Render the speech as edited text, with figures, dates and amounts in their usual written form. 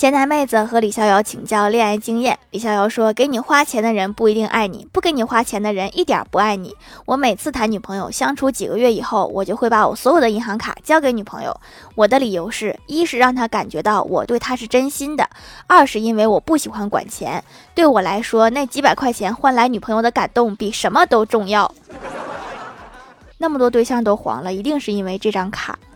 前台妹子和李逍遥请教恋爱经验，李逍遥说，给你花钱的人不一定爱你，不给你花钱的人一点不爱你。我每次谈女朋友相处几个月以后，我就会把我所有的银行卡交给女朋友，我的理由是，一是让她感觉到我对她是真心的，二是因为我不喜欢管钱，对我来说那几百块钱换来女朋友的感动比什么都重要。那么多对象都黄了，一定是因为这张卡。